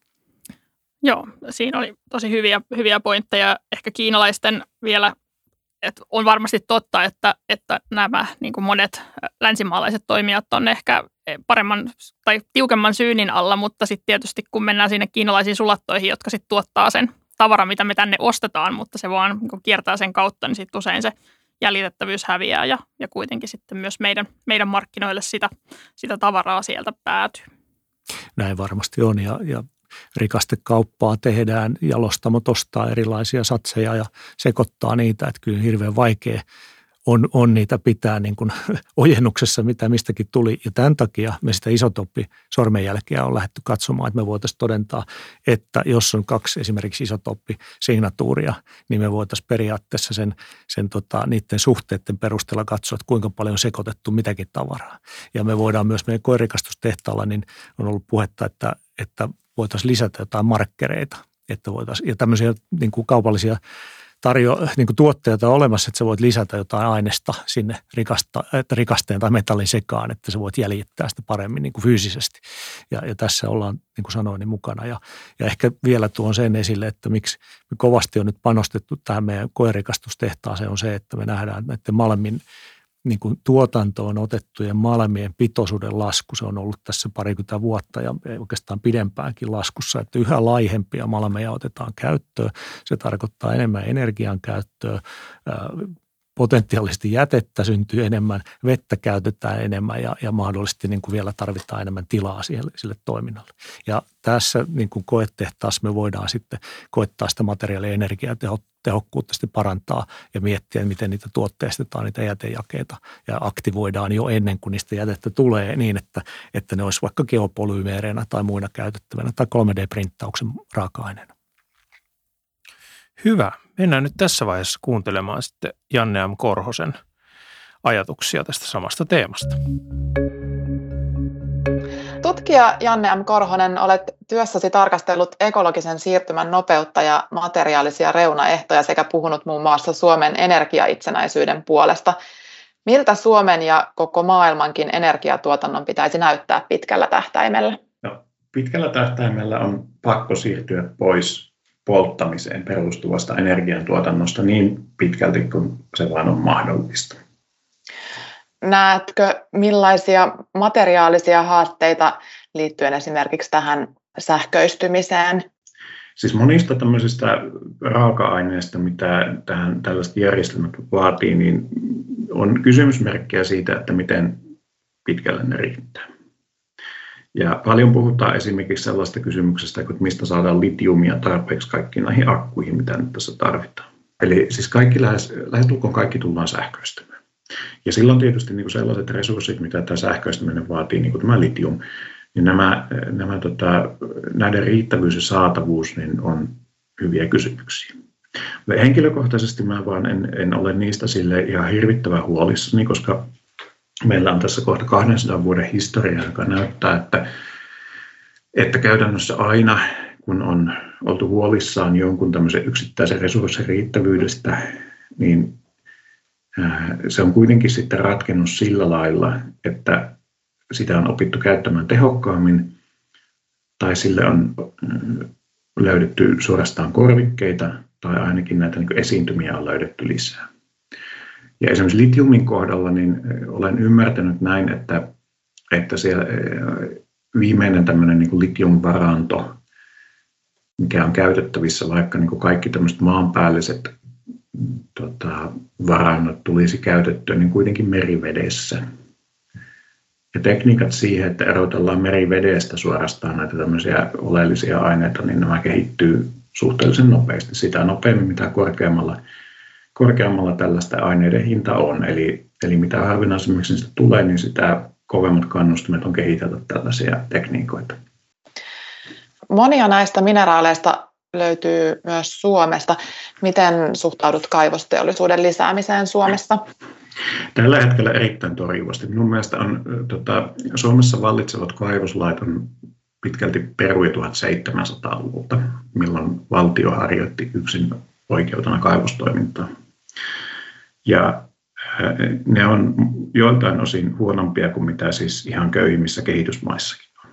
Joo, siinä oli tosi hyviä, hyviä pointteja. Ehkä kiinalaisten vielä, että on varmasti totta, että, että nämä niin kuin monet länsimaalaiset toimijat on ehkä paremman tai tiukemman syynin alla, mutta sitten tietysti kun mennään sinne kiinalaisiin sulattoihin, jotka sitten tuottaa sen tavaran, mitä me tänne ostetaan, mutta se vaan niin kiertää sen kautta, niin sitten usein se jäljitettävyys häviää ja, ja kuitenkin sitten myös meidän, meidän markkinoille sitä, sitä tavaraa sieltä päätyy. Näin varmasti on ja, ja rikastekauppaa tehdään, jalostamot ostaa erilaisia satseja ja sekoittaa niitä, että kyllä hirveän vaikea on, on niitä pitää niin kuin ojennuksessa, mitä mistäkin tuli. Ja tämän takia me sitä isotoppi-sormenjälkeä on lähdetty katsomaan, että me voitaisiin todentaa, että jos on kaksi esimerkiksi isotoppi-signatuuria, niin me voitaisiin periaatteessa sen, sen tota, niiden suhteiden perusteella katsoa, että kuinka paljon on sekoitettu mitäkin tavaraa. Ja me voidaan myös meidän koerikastustehtaalla, niin on ollut puhetta, että, että voitaisiin lisätä jotain markkereita, että voitaisiin, ja tämmöisiä niin kuin kaupallisia tarjo, niin kuin tuotteita on olemassa, että sä voit lisätä jotain aineesta sinne rikasta, rikasteen tai metallin sekaan, että sä voit jäljittää sitä paremmin niin kuin fyysisesti. Ja, ja tässä ollaan, niin kuin sanoin, niin mukana. Ja, ja ehkä vielä tuon sen esille, että miksi me kovasti on nyt panostettu tähän meidän koerikastustehtaaseen on se, että me nähdään näiden malmin niin kuin tuotantoon otettujen malmien pitoisuuden lasku. Se on ollut tässä parikymmentä vuotta ja oikeastaan pidempäänkin laskussa, että yhä laihempia malmeja otetaan käyttöön. Se tarkoittaa enemmän energian käyttöä, potentiaalisesti jätettä syntyy enemmän, vettä käytetään enemmän ja, ja mahdollisesti niin kuin vielä tarvitaan enemmän tilaa siihen, sille toiminnalle. Ja tässä niin kuin koetehtaassa me voidaan sitten koettaa sitä materiaali- ja energiatehokkuutta sitten parantaa ja miettiä, miten niitä tuotteistetaan, niitä jätejakeita ja aktivoidaan jo ennen kuin niistä jätettä tulee niin, että, että ne olisi vaikka geopolyymeereinä tai muina käytettävänä tai kolme D-printtauksen raaka-aineena. Hyvä. Mennään nyt tässä vaiheessa kuuntelemaan sitten Janne M. Korhosen ajatuksia tästä samasta teemasta. Tutkija Janne M. Korhonen, olet työssäsi tarkastellut ekologisen siirtymän nopeutta ja materiaalisia reunaehtoja sekä puhunut muun muassa Suomen energiaitsenäisyyden puolesta. Miltä Suomen ja koko maailmankin energiatuotannon pitäisi näyttää pitkällä tähtäimellä? No, pitkällä tähtäimellä on pakko siirtyä pois polttamiseen perustuvasta energiantuotannosta niin pitkälti kuin se vain on mahdollista. Näetkö millaisia materiaalisia haasteita liittyen esimerkiksi tähän sähköistymiseen? Siis monista tämmöisistä raaka-aineista, mitä tähän tällaiset järjestelmät vaatii, niin on kysymysmerkkejä siitä, että miten pitkälle ne riittää. Ja paljon puhutaan esimerkiksi sellaista kysymyksestä, että mistä saadaan litiumia tarpeeksi kaikkiin näihin akkuihin, mitä nyt tässä tarvitaan. Eli siis kaikki lähes, lähestulkoon kaikki tullaan sähköistämään. Ja silloin tietysti niin kuin sellaiset resurssit, mitä tämä sähköistäminen vaatii, niin kuin tämä litium, niin nämä, nämä, tota, näiden riittävyys ja saatavuus niin on hyviä kysymyksiä. Henkilökohtaisesti mä vaan en, en ole niistä sille ihan hirvittävän huolissani, koska meillä on tässä kohta kahdensadan vuoden historia, joka näyttää, että, että käytännössä aina, kun on oltu huolissaan jonkun tämmöisen yksittäisen resurssin riittävyydestä, niin se on kuitenkin sitten ratkennut sillä lailla, että sitä on opittu käyttämään tehokkaammin tai sille on löydetty suorastaan korvikkeita tai ainakin näitä niin kuin esiintymiä on löydetty lisää. Ja esimerkiksi litiumin kohdalla niin olen ymmärtänyt näin, että, että siellä viimeinen tämmöinen niin kuin litiumvaranto, mikä on käytettävissä, vaikka niin kuin kaikki tämmöiset maanpäälliset tota, varannot tulisi käytettyä, niin kuitenkin merivedessä. Ja tekniikat siihen, että erotellaan merivedestä suorastaan näitä tämmöisiä oleellisia aineita, niin nämä kehittyy suhteellisen nopeasti. Sitä nopeammin, mitä korkeammalla, korkeammalla tällaista aineiden hinta on. Eli, eli mitä harvinaisemmiksi niistä tulee, niin sitä kovemmat kannustimet on kehitellä tällaisia tekniikoita. Monia näistä mineraaleista löytyy myös Suomesta. Miten suhtaudut kaivosteollisuuden lisäämiseen Suomessa? Tällä hetkellä erittäin torjuvasti. Minun mielestä on, tota, Suomessa vallitsevat kaivoslait on pitkälti peruja tuhatseitsemänsataaluvulta, milloin valtio harjoitti yksin oikeutena kaivostoimintaa. Ja ne on joiltain osin huonompia kuin mitä siis ihan köyhimmissä kehitysmaissakin on.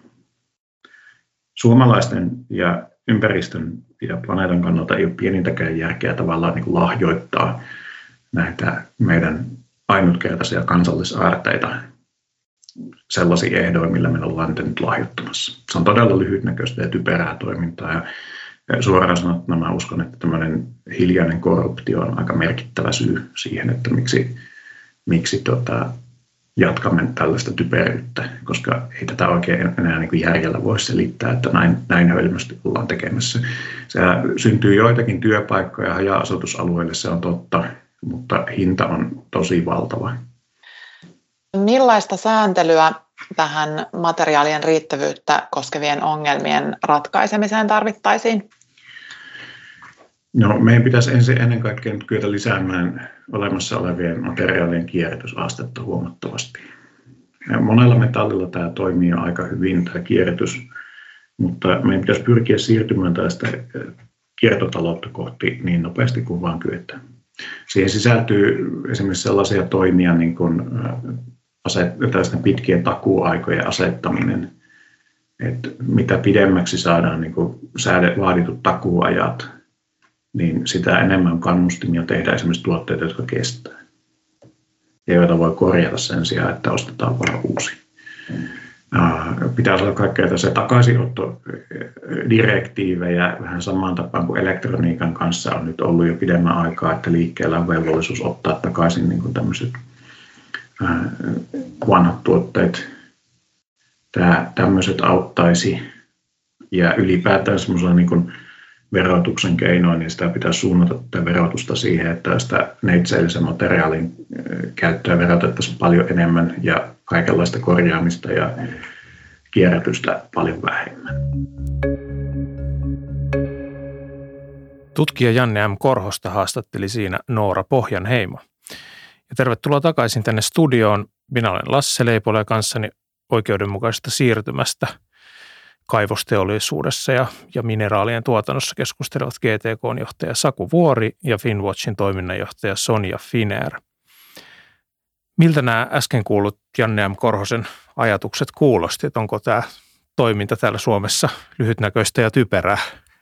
Suomalaisten ja ympäristön ja planeetan kannalta ei ole pienintäkään järkeä tavallaan niin kuin lahjoittaa näitä meidän ainutkertaisia kansallisaarteita sellaisiin ehdoin, millä me ollaan niitä nyt lahjoittamassa. Se on todella lyhytnäköistä ja typerää toimintaa. Ja suoraan sanottuna mä uskon, että tämmöinen hiljainen korruptio on aika merkittävä syy siihen, että miksi, miksi tota, jatkamme tällaista typeryyttä, koska ei tätä oikein enää niin kuin järjellä voi selittää, että näin, näin hölmösti ollaan tekemässä. Se syntyy joitakin työpaikkoja haja-asutusalueille, se on totta, mutta hinta on tosi valtava. Millaista sääntelyä tähän materiaalien riittävyyttä koskevien ongelmien ratkaisemiseen tarvittaisiin? No, meidän pitäisi ensin ennen kaikkea nyt kyetä lisäämään olemassa olevien materiaalien kierrätysastetta huomattavasti. Ja monella metallilla tämä toimii aika hyvin, tämä kierrätys, mutta meidän pitäisi pyrkiä siirtymään tästä kiertotaloutta kohti niin nopeasti kuin vaan kyetään. Siihen sisältyy esimerkiksi sellaisia toimia, niin kuin aset, pitkien takuuaikojen asettaminen, että mitä pidemmäksi saadaan niin kuin vaaditut takuuajat, niin sitä enemmän on kannustimia tehdä esimerkiksi tuotteita, jotka kestää ja joita voi korjata sen sijaan, että ostetaan vaan uusi. Pitää saada kaikkea tässä takaisinottodirektiivejä vähän samaan tapaan kuin elektroniikan kanssa on nyt ollut jo pidemmän aikaa, että liikkeellä on velvollisuus ottaa takaisin niin kuin tämmöiset vanhat tuotteet. Tämä, tämmöiset auttaisi ja ylipäätään semmoisella niin kuin verotuksen keinoin, niin sitä pitää suunnata tätä verotusta siihen, että sitä neitseellisen materiaalin käyttöä verotettaisiin paljon enemmän ja kaikenlaista korjaamista ja kierrätystä paljon vähemmän. Tutkija Janne M. Korhosta haastatteli siinä Noora Pohjanheimo. Ja tervetuloa takaisin tänne studioon. Minä olen Lasse Leipola ja kanssani oikeudenmukaisesta siirtymästä kaivosteollisuudessa ja, ja mineraalien tuotannossa keskustelevat G T K:n-johtaja Saku Vuori ja Finnwatchin toiminnanjohtaja Sonja Finnair. Miltä nämä äsken kuullut Janne M. Korhosen ajatukset kuulosti, että onko tämä toiminta täällä Suomessa lyhytnäköistä ja typerää?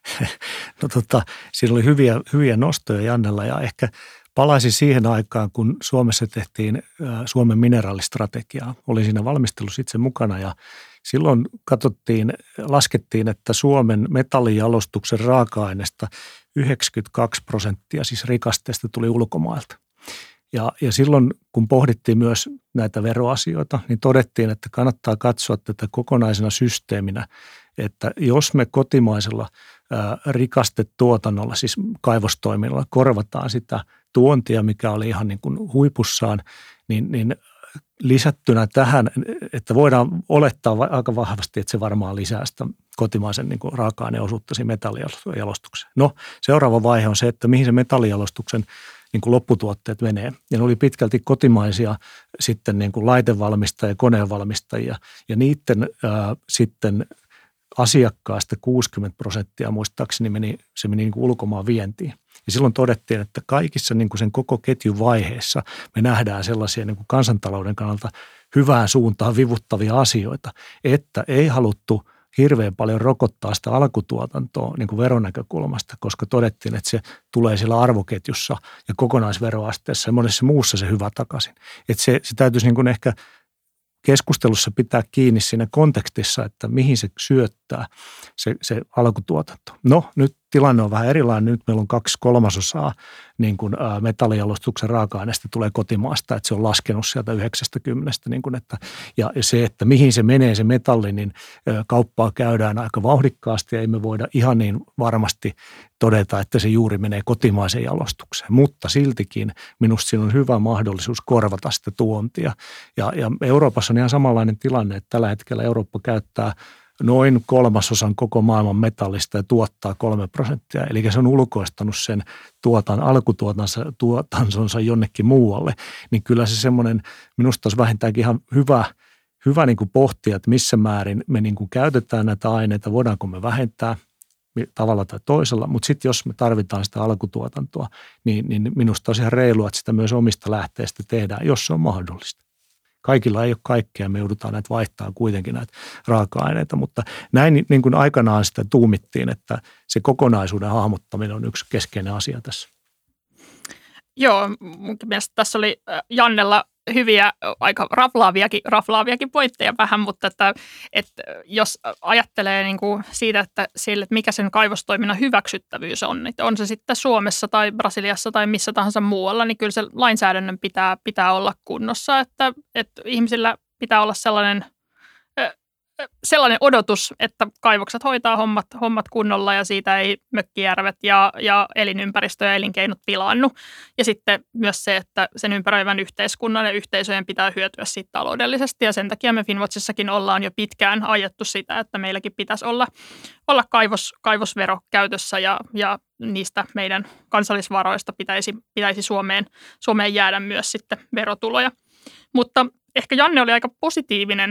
No tota, siinä oli hyviä, hyviä nostoja Jannella ja ehkä palaisin siihen aikaan, kun Suomessa tehtiin Suomen mineraalistrategiaa. Olin siinä valmistelussa itse mukana ja silloin katsottiin, laskettiin, että Suomen metallijalostuksen raaka-aineesta yhdeksänkymmentäkaksi prosenttia siis rikasteesta tuli ulkomailta. Ja, ja silloin, kun pohdittiin myös näitä veroasioita, niin todettiin, että kannattaa katsoa tätä kokonaisena systeeminä, että jos me kotimaisella ää, rikastetuotannolla, siis kaivostoiminnalla korvataan sitä tuontia, mikä oli ihan niin kuin huipussaan, niin, niin lisättynä tähän, että voidaan olettaa aika vahvasti, että se varmaan lisää sitä kotimaisen niin kuin raaka-aineosuutta siinä metallijalostukseen. No, seuraava vaihe on se, että mihin se metallijalostuksen niin kuin lopputuotteet menee. Ja ne oli pitkälti kotimaisia sitten niin kuin laitevalmistajia, koneenvalmistajia ja niiden ää, sitten asiakkaasta kuusikymmentä prosenttia muistaakseni meni, se meni niin kuin ulkomaan vientiin. Ja silloin todettiin, että kaikissa niin kuin sen koko ketjun vaiheessa me nähdään sellaisia niin kuin kansantalouden kannalta hyvään suuntaan vivuttavia asioita, että ei haluttu hirveän paljon rokottaa sitä alkutuotantoa niin kuin veronäkökulmasta, koska todettiin, että se tulee siellä arvoketjussa ja kokonaisveroasteessa ja monessa muussa se hyvä takaisin. Että se, se täytyisi niin kuin ehkä keskustelussa pitää kiinni siinä kontekstissa, että mihin se syöttää se, se alkutuotanto. No nyt tilanne on vähän erilainen. Nyt meillä on kaksi kolmasosaa niin kuin metallijalostuksen raaka-aineesta tulee kotimaasta, että se on laskenut sieltä yhdeksästäkymmenestä. Niin kuin että, ja se, että mihin se menee se metalli, niin kauppaa käydään aika vauhdikkaasti ja ei me voida ihan niin varmasti todeta, että se juuri menee kotimaiseen jalostukseen. Mutta siltikin minusta siinä on hyvä mahdollisuus korvata sitä tuontia. Ja, ja Euroopassa on ihan samanlainen tilanne, että tällä hetkellä Eurooppa käyttää noin kolmasosan koko maailman metallista ja tuottaa kolme prosenttia. Eli se on ulkoistanut sen tuotan, alkutuotansa tuotantonsa jonnekin muualle. Niin kyllä se semmoinen, minusta olisi vähintäänkin ihan hyvä, hyvä niin kuin pohtia, että missä määrin me niin kuin käytetään näitä aineita, voidaanko me vähentää tavalla tai toisella. Mutta sitten jos me tarvitaan sitä alkutuotantoa, niin, niin minusta olisi ihan reilua, että sitä myös omista lähteistä tehdään, jos se on mahdollista. Kaikilla ei ole kaikkea, me joudutaan näitä vaihtaa kuitenkin näitä raaka-aineita, mutta näin niin kuin aikanaan sitä tuumittiin, että se kokonaisuuden hahmottaminen on yksi keskeinen asia tässä. Joo, munkin mielestä tässä oli Jannella hyviä, aika raflaaviakin, raflaaviakin pointteja vähän, mutta että, että jos ajattelee niin kuin siitä, että, sille, että mikä sen kaivostoiminnan hyväksyttävyys on, että on se sitten Suomessa tai Brasiliassa tai missä tahansa muualla, niin kyllä se lainsäädännön pitää, pitää olla kunnossa, että, että ihmisillä pitää olla sellainen sellainen odotus, että kaivokset hoitaa hommat, hommat kunnolla ja siitä ei mökkijärvet ja, ja elinympäristö ja elinkeinot pilaannu. Ja sitten myös se, että sen ympäröivän yhteiskunnan ja yhteisöjen pitää hyötyä siitä taloudellisesti ja sen takia me Finnwatchissakin ollaan jo pitkään ajettu sitä, että meilläkin pitäisi olla, olla kaivos, kaivosvero käytössä ja, ja niistä meidän kansallisvaroista pitäisi, pitäisi Suomeen, Suomeen jäädä myös sitten verotuloja. Mutta ehkä Janne oli aika positiivinen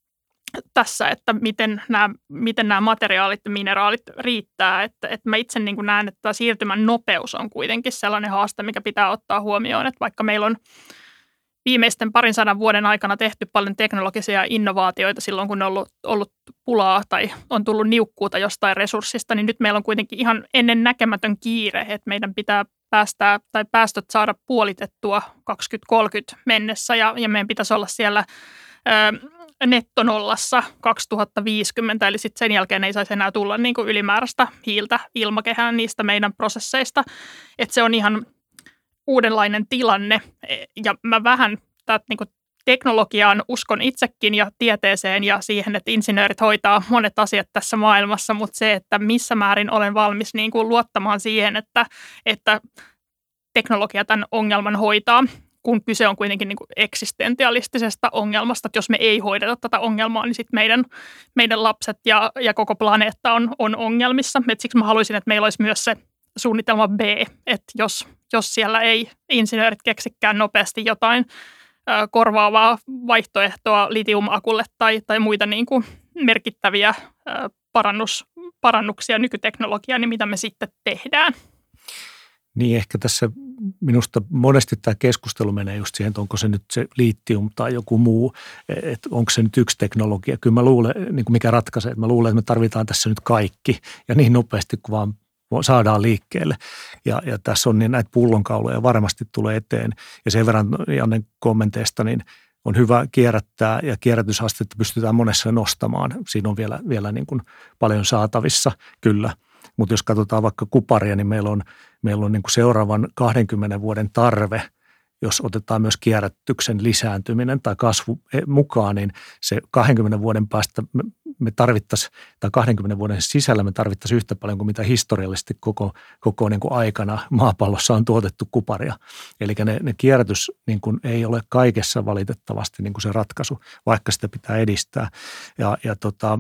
tässä, että miten nämä, miten nämä materiaalit ja mineraalit riittää. Että, että mä itse niin kuin näen, että siirtymän nopeus on kuitenkin sellainen haaste, mikä pitää ottaa huomioon. Että vaikka meillä on viimeisten parin sadan vuoden aikana tehty paljon teknologisia innovaatioita silloin, kun on ollut, ollut pulaa tai on tullut niukkuutta jostain resurssista, niin nyt meillä on kuitenkin ihan ennen näkemätön kiire, että meidän pitää päästää tai päästöt saada puolitettua kaksituhattakolmekymmentä mennessä ja, ja meidän pitäisi olla siellä ö, nettonollassa kaksituhattaviisikymmentä, eli sitten sen jälkeen ei saisi enää tulla niin kuin ylimääräistä hiiltä ilmakehään niistä meidän prosesseista. Että se on ihan uudenlainen tilanne ja mä vähän tätä niin kuin teknologiaan uskon itsekin ja tieteeseen ja siihen, että insinöörit hoitaa monet asiat tässä maailmassa, mutta se, että missä määrin olen valmis niin kuin luottamaan siihen, että, että teknologia tämän ongelman hoitaa, kun kyse on kuitenkin niin kuin eksistentialistisesta ongelmasta, että jos me ei hoideta tätä ongelmaa, niin sitten meidän, meidän lapset ja, ja koko planeetta on, on ongelmissa. Et siksi mä haluaisin, että meillä olisi myös se suunnitelma B, että jos, jos siellä ei insinöörit keksikään nopeasti jotain ö, korvaavaa vaihtoehtoa litiumakulle tai, tai muita niin kuin merkittäviä ö, parannus, parannuksia nykyteknologiaan, niin mitä me sitten tehdään? Niin ehkä tässä minusta monesti tämä keskustelu menee just siihen, että onko se nyt se litium tai joku muu, että onko se nyt yksi teknologia. Kyllä mä luulen, niin kuin mikä ratkaisee, että mä luulen, että me tarvitaan tässä nyt kaikki ja niin nopeasti kuin vaan saadaan liikkeelle. Ja, ja tässä on niin näitä pullonkauloja varmasti tulee eteen. Ja sen verran Jannen kommenteista, niin on hyvä kierrättää ja kierrätysastetta pystytään monessa nostamaan. Siinä on vielä, vielä niin kuin paljon saatavissa, kyllä. Mutta jos katsotaan vaikka kuparia, niin meillä on, meillä on niin kuin seuraavan kahdenkymmenen vuoden tarve, jos otetaan myös kierrätyksen lisääntyminen tai kasvu mukaan, niin se kahdenkymmenen vuoden päästä me tarvittaisiin, tai kahdenkymmenen vuoden sisällä me tarvittaisiin yhtä paljon kuin mitä historiallisesti koko, koko niin kuin aikana maapallossa on tuotettu kuparia. Eli ne, ne kierrätys niin kuin ei ole kaikessa valitettavasti niin kuin se ratkaisu, vaikka sitä pitää edistää. Ja, ja, tota,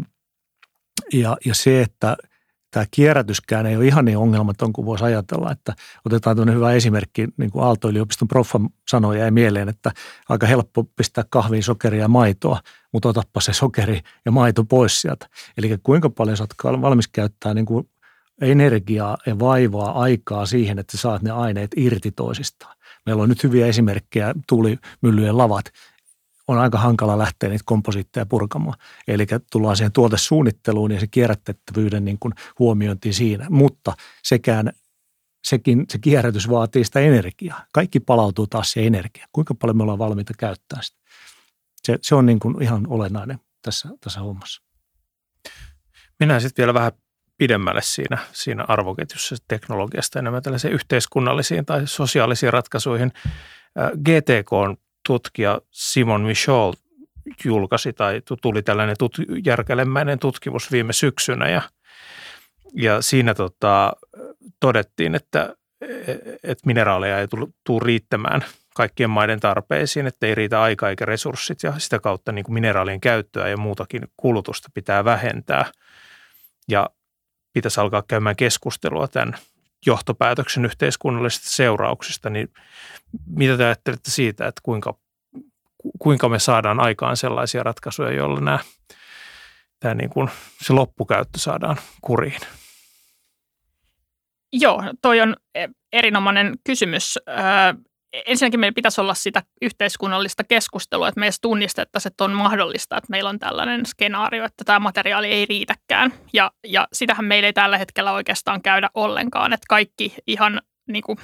ja, ja se, että tämä kierrätyskään ei ole ihan niin ongelmaton kuin voisi ajatella, että otetaan tämmöinen hyvä esimerkki, niin kuin Aalto-yliopiston proffa sanoi, jäi mieleen, että aika helppo pistää kahviin sokeria ja maitoa, mutta otappa se sokeri ja maito pois sieltä. Eli kuinka paljon sä oot valmis käyttää niin kuin energiaa ja vaivaa aikaa siihen, että sä saat ne aineet irti toisistaan. Meillä on nyt hyviä esimerkkejä, tuulimyllyjen lavat. On aika hankala lähteä niitä komposiitteja purkamaan. Eli tullaan siihen tuotesuunnitteluun ja se kierrätettävyyden niin kuin huomiointiin siinä. Mutta sekään, sekin, se kierrätys vaatii sitä energiaa. Kaikki palautuu taas se energia. Kuinka paljon me ollaan valmiita käyttää sitä? Se, se on niin kuin ihan olennainen tässä, tässä hommassa. Mennään sitten vielä vähän pidemmälle siinä, siinä arvoketjussa teknologiasta enemmän tällaisiin yhteiskunnallisiin tai sosiaalisiin ratkaisuihin. G T K:n tutkija Simon Michaud julkaisi tai tuli tällainen tut, järkälemäinen tutkimus viime syksynä ja, ja siinä tota, todettiin, että, että mineraaleja ei tule riittämään kaikkien maiden tarpeisiin, että ei riitä aika eikä resurssit ja sitä kautta niin kuin mineraalien käyttöä ja muutakin kulutusta pitää vähentää ja pitäisi alkaa käymään keskustelua tämän johtopäätöksen yhteiskunnallisista seurauksista, niin mitä te ajattelette siitä, että kuinka, kuinka me saadaan aikaan sellaisia ratkaisuja, joilla nämä, tämä niin kuin se loppukäyttö saadaan kuriin? Joo, toi on erinomainen kysymys. Ensinnäkin meillä pitäisi olla sitä yhteiskunnallista keskustelua, että me edes tunnistettaisiin, että on mahdollista, että meillä on tällainen skenaario, että tämä materiaali ei riitäkään. Ja, ja sitähän meillä ei tällä hetkellä oikeastaan käydä ollenkaan, että kaikki ihan niin kuin,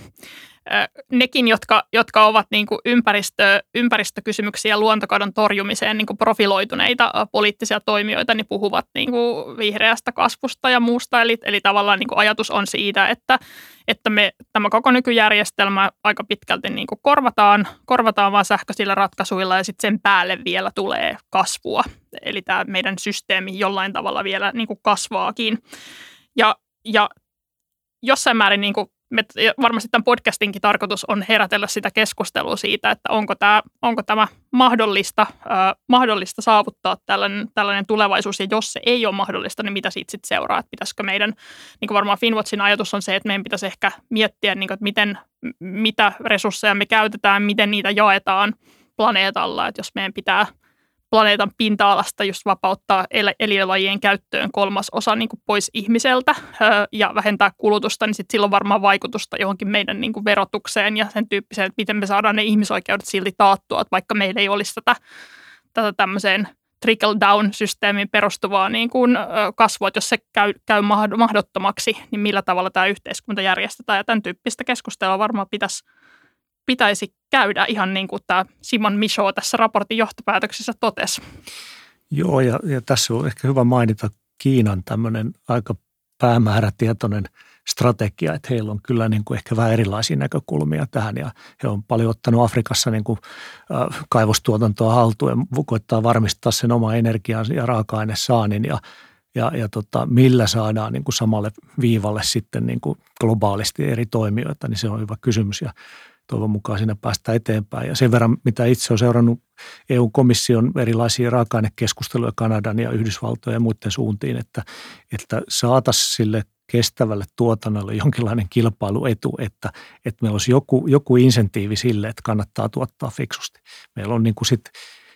nekin, jotka, jotka ovat niin kuin ympäristö, ympäristökysymyksiä ja luontokadon torjumiseen niin kuin profiloituneita poliittisia toimijoita, niin puhuvat niin kuin vihreästä kasvusta ja muusta. Eli, eli tavallaan niin kuin ajatus on siitä, että, että me tämä koko nykyjärjestelmä aika pitkälti niin kuin korvataan, korvataan vaan sähköisillä ratkaisuilla ja sitten sen päälle vielä tulee kasvua. Eli tämä meidän systeemi jollain tavalla vielä niin kuin kasvaakin. Ja, ja jossain määrin niin kuin me, varmasti tämän podcastinkin tarkoitus on herätellä sitä keskustelua siitä, että onko tämä, onko tämä mahdollista, äh, mahdollista saavuttaa tällainen, tällainen tulevaisuus, ja jos se ei ole mahdollista, niin mitä siitä sitten seuraa, että pitäisikö meidän, niin kuin varmaan Finnwatchin ajatus on se, että meidän pitäisi ehkä miettiä, niin kuin, että miten, mitä resursseja me käytetään, miten niitä jaetaan planeetalla, että jos meidän pitää planeetan pinta-alasta just vapauttaa elinlajien käyttöön kolmas osa niin kuin pois ihmiseltä ja vähentää kulutusta, niin sitten sillä on varmaan vaikutusta johonkin meidän niin kuin verotukseen ja sen tyyppiseen, että miten me saadaan ne ihmisoikeudet silti taattua, että vaikka meillä ei olisi tätä, tätä tämmöiseen trickle-down-systeemiin perustuvaa niin kuin kasvua, että jos se käy, käy mahdottomaksi, niin millä tavalla tämä yhteiskunta järjestetään, ja tämän tyyppistä keskustelua varmaan pitäisi pitäisi käydä ihan niin kuin tämä Simon Michaud tässä raportin johtopäätöksessä totesi. Joo, ja, ja tässä on ehkä hyvä mainita Kiinan tämmöinen aika päämäärätietoinen strategia, että heillä on kyllä niin kuin ehkä vähän erilaisia näkökulmia tähän, ja he on paljon ottanut Afrikassa niin kuin äh, kaivostuotantoa haltuun ja koittaa varmistaa sen oma energian ja raaka-ainesaannin ja Ja, ja tota, millä saadaan niin kuin samalle viivalle sitten niin kuin globaalisti eri toimijoita, niin se on hyvä kysymys ja toivon mukaan siinä päästään eteenpäin. Ja sen verran, mitä itse olen seurannut E U-komission erilaisia raaka-ainekeskusteluja Kanadan ja Yhdysvaltojen ja muiden suuntiin, että, että saataisiin sille kestävälle tuotannolle jonkinlainen kilpailuetu, että, että meillä olisi joku, joku insentiivi sille, että kannattaa tuottaa fiksusti. Meillä on niin kuin sit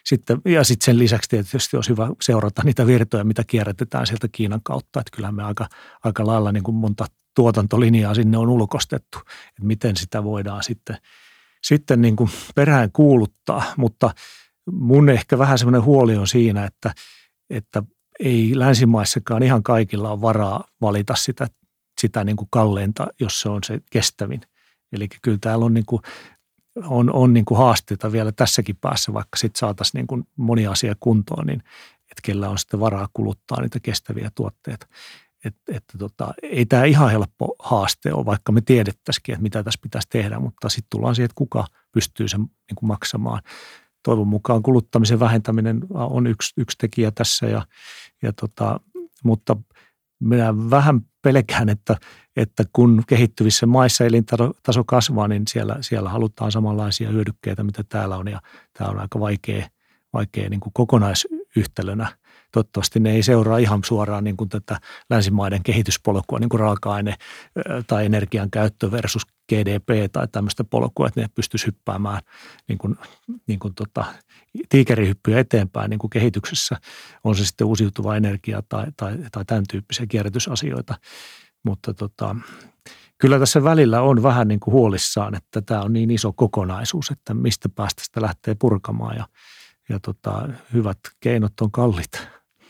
sitten, ja sitten sen lisäksi tietysti olisi hyvä seurata niitä virtoja, mitä kierrätetään sieltä Kiinan kautta. Että kyllähän me aika, aika lailla niin kuin monta tuotantolinjaa sinne on ulkostettu, että miten sitä voidaan sitten, sitten niin kuin perään kuuluttaa. Mutta mun ehkä vähän semmoinen huoli on siinä, että, että ei länsimaissakaan ihan kaikilla ole varaa valita sitä, sitä niin kuin kalleinta, jos se on se kestävin. Eli kyllä täällä on, niin kuin, on, on niin kuin haasteita vielä tässäkin päässä, vaikka sitten saataisiin niin kuin moni asia kuntoon, niin että kellä on sitten varaa kuluttaa niitä kestäviä tuotteita. Että, että tota, ei tämä ihan helppo haaste ole, vaikka me tiedettäisikin, että mitä tässä pitäisi tehdä, mutta sitten tullaan siihen, että kuka pystyy sen niin kuin maksamaan. Toivon mukaan kuluttamisen vähentäminen on yksi, yksi tekijä tässä, ja, ja tota, mutta minä vähän pelkään, että, että kun kehittyvissä maissa elintaso kasvaa, niin siellä, siellä halutaan samanlaisia hyödykkeitä, mitä täällä on, ja tämä on aika vaikea, vaikea niin kuin kokonaisyhtälönä. Toivottavasti ne ei seuraa ihan suoraan niin kuin tätä länsimaiden kehityspolkua, niin kuin raaka-aine tai energian käyttö versus G D P tai tämmöistä polkua, että ne pystyisi hyppäämään niin kuin, niin kuin tota, tiikerihyppyjä eteenpäin niin kuin kehityksessä. On se sitten uusiutuva energia tai, tai, tai tämän tyyppisiä kierrätysasioita. Mutta tota, kyllä tässä välillä on vähän niin kuin huolissaan, että tämä on niin iso kokonaisuus, että mistä päästä sitä lähtee purkamaan, ja, ja tota, hyvät keinot on kalliita.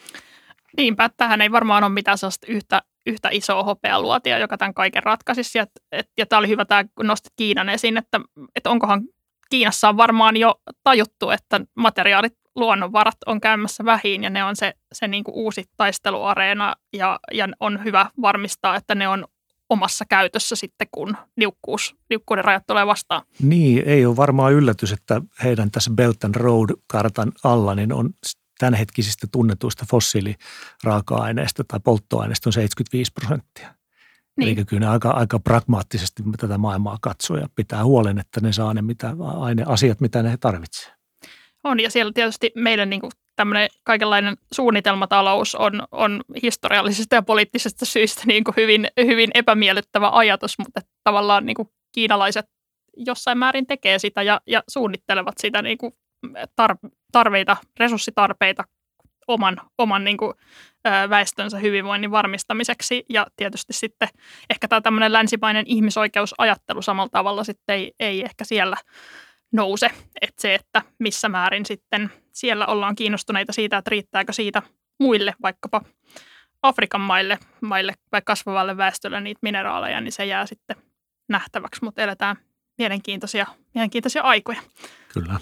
Niinpä, tähän ei varmaan ole mitään sellaista yhtä, yhtä isoa hopealuotia, joka tämän kaiken ratkaisisi. Ja, et, ja tämä oli hyvä, tämä kun nostit Kiinan esiin, että, että onkohan Kiinassa on varmaan jo tajuttu, että materiaalit, luonnonvarat on käymässä vähiin, ja ne on se, se niin kuin uusi taisteluareena, ja, ja on hyvä varmistaa, että ne on omassa käytössä sitten, kun niukkuus, niukkuuden rajat tulee vastaan. Niin, ei ole varmaan yllätys, että heidän tässä Belt and Road-kartan alla niin on tämänhetkisistä tunnetuista fossiiliraaka-aineista tai polttoaineista on seitsemänkymmentäviisi prosenttia. Niin. Eli kyllä ne aika, aika pragmaattisesti tätä maailmaa katsoo ja pitää huolen, että ne saa ne mitä, aine, asiat, mitä ne tarvitsee. On, ja siellä tietysti meidän niin kuin tämmöinen kaikenlainen suunnitelmatalous on, on historiallisista ja poliittisista syistä niin kuin hyvin, hyvin epämiellyttävä ajatus, mutta tavallaan niin kuin kiinalaiset jossain määrin tekee sitä ja, ja suunnittelevat sitä niin kuin tar- tarpeita, resurssitarpeita oman, oman niin kuin, ö, väestönsä hyvinvoinnin varmistamiseksi. Ja tietysti sitten ehkä tämä tämmöinen länsimainen ihmisoikeusajattelu samalla tavalla sitten ei, ei ehkä siellä nouse. Että se, että missä määrin sitten siellä ollaan kiinnostuneita siitä, että riittääkö siitä muille, vaikkapa Afrikan maille, maille vai kasvavalle väestölle niitä mineraaleja, niin se jää sitten nähtäväksi, mutta eletään mielenkiintoisia, mielenkiintoisia aikoja. Kyllä.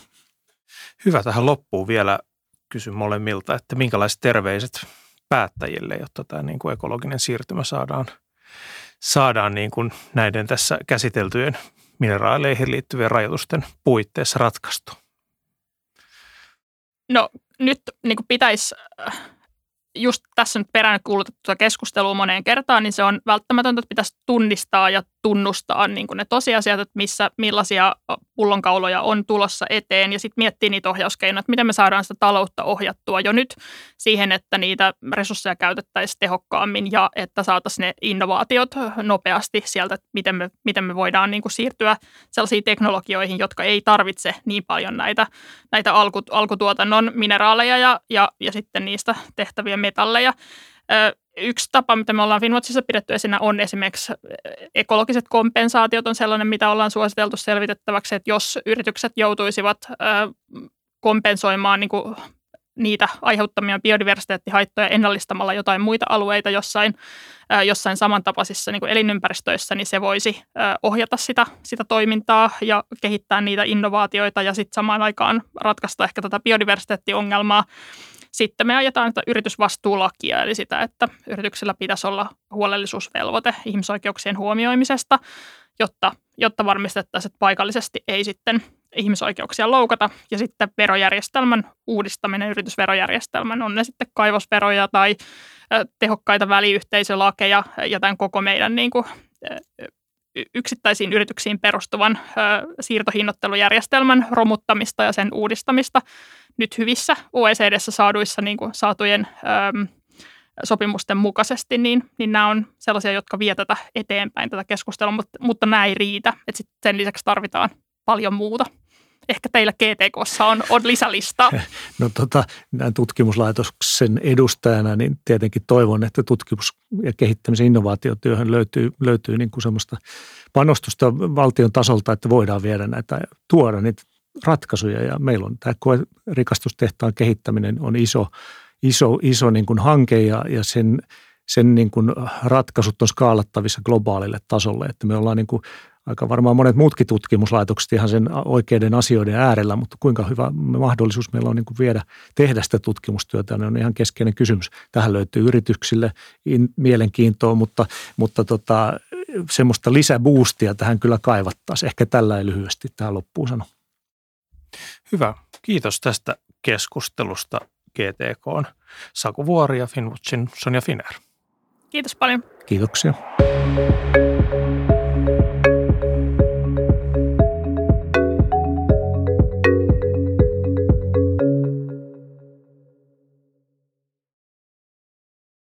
Hyvä, tähän loppuun vielä kysyn molemmilta, että minkälaiset terveiset päättäjille, jotta tämä niin kuin ekologinen siirtymä saadaan, saadaan niin kuin näiden tässä käsiteltyjen mineraaleihin liittyvien rajoitusten puitteissa ratkaistu? No nyt niin kuin pitäisi, just tässä nyt peräänkuulutettua keskustelua moneen kertaan, niin se on välttämätöntä, että pitäisi tunnistaa ja tunnustaa niin kuin ne tosiasiat, että missä, millaisia pullonkauloja on tulossa eteen, ja sitten miettiä niitä ohjauskeinoja, että miten me saadaan sitä taloutta ohjattua jo nyt siihen, että niitä resursseja käytettäisiin tehokkaammin ja että saataisiin ne innovaatiot nopeasti sieltä, että miten me, miten me voidaan niin kuin siirtyä sellaisiin teknologioihin, jotka ei tarvitse niin paljon näitä, näitä alku, alkutuotannon mineraaleja ja, ja, ja sitten niistä tehtäviä metalleja. Yksi tapa, mitä me ollaan Finnwatchissa pidetty esillä, on esimerkiksi ekologiset kompensaatiot on sellainen, mitä ollaan suositeltu selvitettäväksi, että jos yritykset joutuisivat kompensoimaan niin kuin niitä aiheuttamia biodiversiteettihaittoja ennallistamalla jotain muita alueita jossain, jossain samantapaisissa niin kuin elinympäristöissä, niin se voisi ohjata sitä, sitä toimintaa ja kehittää niitä innovaatioita ja sitten samaan aikaan ratkaista ehkä tätä biodiversiteettiongelmaa. Sitten me ajetaan tätä yritysvastuulakia, eli sitä, että yrityksillä pitäisi olla huolellisuusvelvoite ihmisoikeuksien huomioimisesta, jotta, jotta varmistettaisiin, että paikallisesti ei sitten ihmisoikeuksia loukata. Ja sitten verojärjestelmän uudistaminen, yritysverojärjestelmän, on ne sitten kaivosveroja tai tehokkaita väliyhteisölakeja ja tämän koko meidän niin kuin, yksittäisiin yrityksiin perustuvan siirtohinnoittelujärjestelmän romuttamista ja sen uudistamista nyt hyvissä O E C D:ssä saaduissa niin kuin saatujen äm, sopimusten mukaisesti, niin, niin nämä on sellaisia, jotka vie tätä eteenpäin, tätä keskustelua, mutta, mutta nämä ei riitä. Et sit sen lisäksi tarvitaan paljon muuta. ehkä teillä G T K:ssa on, on lisälistaa? No tota, näin tutkimuslaitoksen edustajana, niin tietenkin toivon, että tutkimus- ja kehittämisen innovaatiotyöhön löytyy, löytyy niin kuin semmoista panostusta valtion tasolta, että voidaan viedä näitä, tuoda niitä ratkaisuja. Ja meillä on tämä koerikastustehtaan kehittäminen on iso, iso, iso niin kuin hanke ja, ja sen, sen niin kuin ratkaisut on skaalattavissa globaalille tasolle, että me ollaan niin kuin aika varmaan monet muutkin tutkimuslaitokset ihan sen oikeiden asioiden äärellä, mutta kuinka hyvä mahdollisuus meillä on niin kuin viedä, tehdä sitä tutkimustyötä, ne on ihan keskeinen kysymys. Tähän löytyy yrityksille mielenkiintoa, mutta, mutta tota, semmoista lisäboostia tähän kyllä kaivattaisiin. Ehkä tällä ei lyhyesti tähän loppuun sano. Hyvä. Kiitos tästä keskustelusta G T K:n Saku Vuori ja Finnwatchin Sonja Finnair. Kiitos paljon. Kiitoksia.